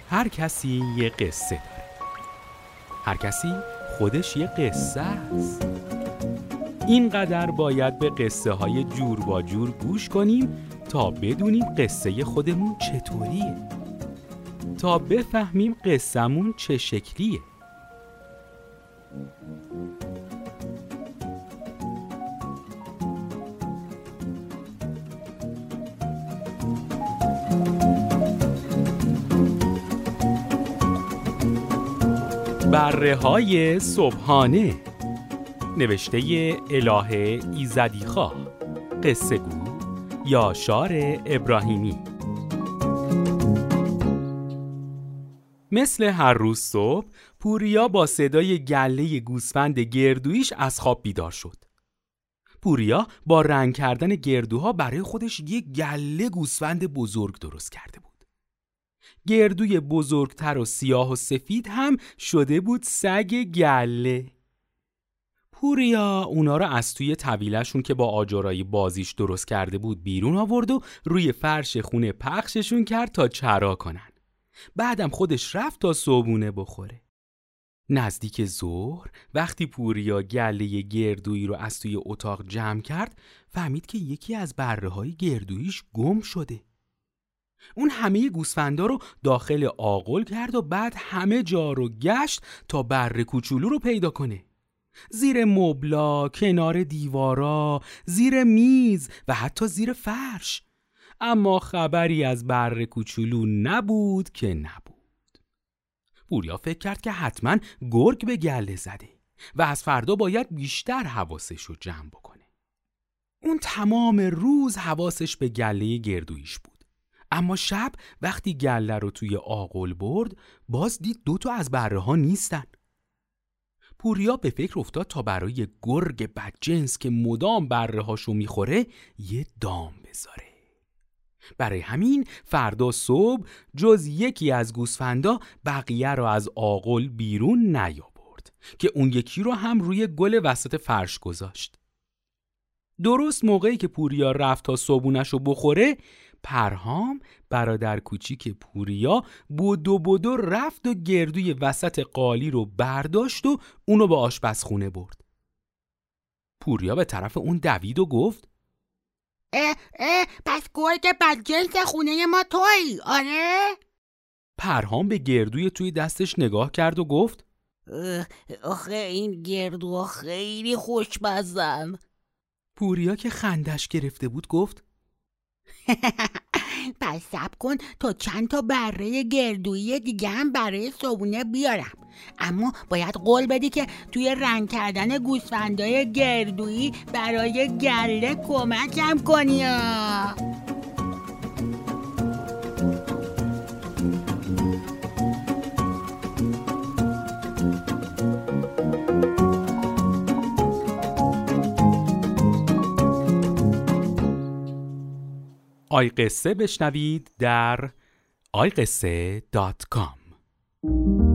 هر کسی یه قصه داره. هر کسی خودش یه قصه است. اینقدر باید به قصه های جور با جور گوش کنیم تا بدونیم قصه خودمون چطوریه، تا بفهمیم قصه‌مون چه شکلیه. بره‌های صبحانه، نوشته الهه ایزدیخواه، قصه گو یاشار ابراهیمی. مثل هر روز صبح، پوریا با صدای گله گوسفند گردویش از خواب بیدار شد. پوریا با رنگ کردن گردوها برای خودش یک گله گوسفند بزرگ درست کرده بود. گردوی بزرگتر و سیاه و سفید هم شده بود سگ گله. پوریا اونا را از توی طویلشون که با آجرای بازیش درست کرده بود بیرون آورد و روی فرش خونه پخششون کرد تا چرا کنن. بعدم خودش رفت تا صبحونه بخوره. نزدیک ظهر وقتی پوریا گله گردویی رو از توی اتاق جمع کرد، فهمید که یکی از بره‌های گردوییش گم شده. اون همه گوسفندا رو داخل آغل کرد و بعد همه جا رو گشت تا بره کوچولو رو پیدا کنه. زیر مبلا، کنار دیوارا، زیر میز و حتی زیر فرش. اما خبری از بره کوچولو نبود که نبود. پوریا فکر کرد که حتما گرگ به گله زده و از فردا باید بیشتر حواسش رو جمع بکنه. اون تمام روز حواسش به گله گردویش بود. اما شب وقتی گله رو توی آغل برد، باز دید 2 تا از بره ها نیستن. پوریا به فکر افتاد تا برای گرگ بدجنس که مدام بره هاشو میخوره یه دام بذاره. برای همین فردا صبح جز یکی از گوسفندا بقیه رو از آغل بیرون نیاورد که اون یکی رو هم روی گل وسط فرش گذاشت. درست موقعی که پوریا رفت تا صبحونه‌شو بخوره، پرهام برادر کوچیک پوریا بدو رفت و گردوی وسط قالی رو برداشت و اونو به آشپزخونه برد. پوریا به طرف اون دوید و گفت پس گرگ بدجنس خونه ما تویی، آره؟ پرهام به گردوی توی دستش نگاه کرد و گفت آخه این گردوها خیلی خوشمزن. پوریا که خندش گرفته بود گفت پس صبر کن تا چند تا بره گردویی دیگه هم برای صبحونه بیارم، اما باید قول بدی که توی رنگ کردن گوسفندای گردویی برای گله کمکم کنی. آی قصه بشنوید در iqisse.com.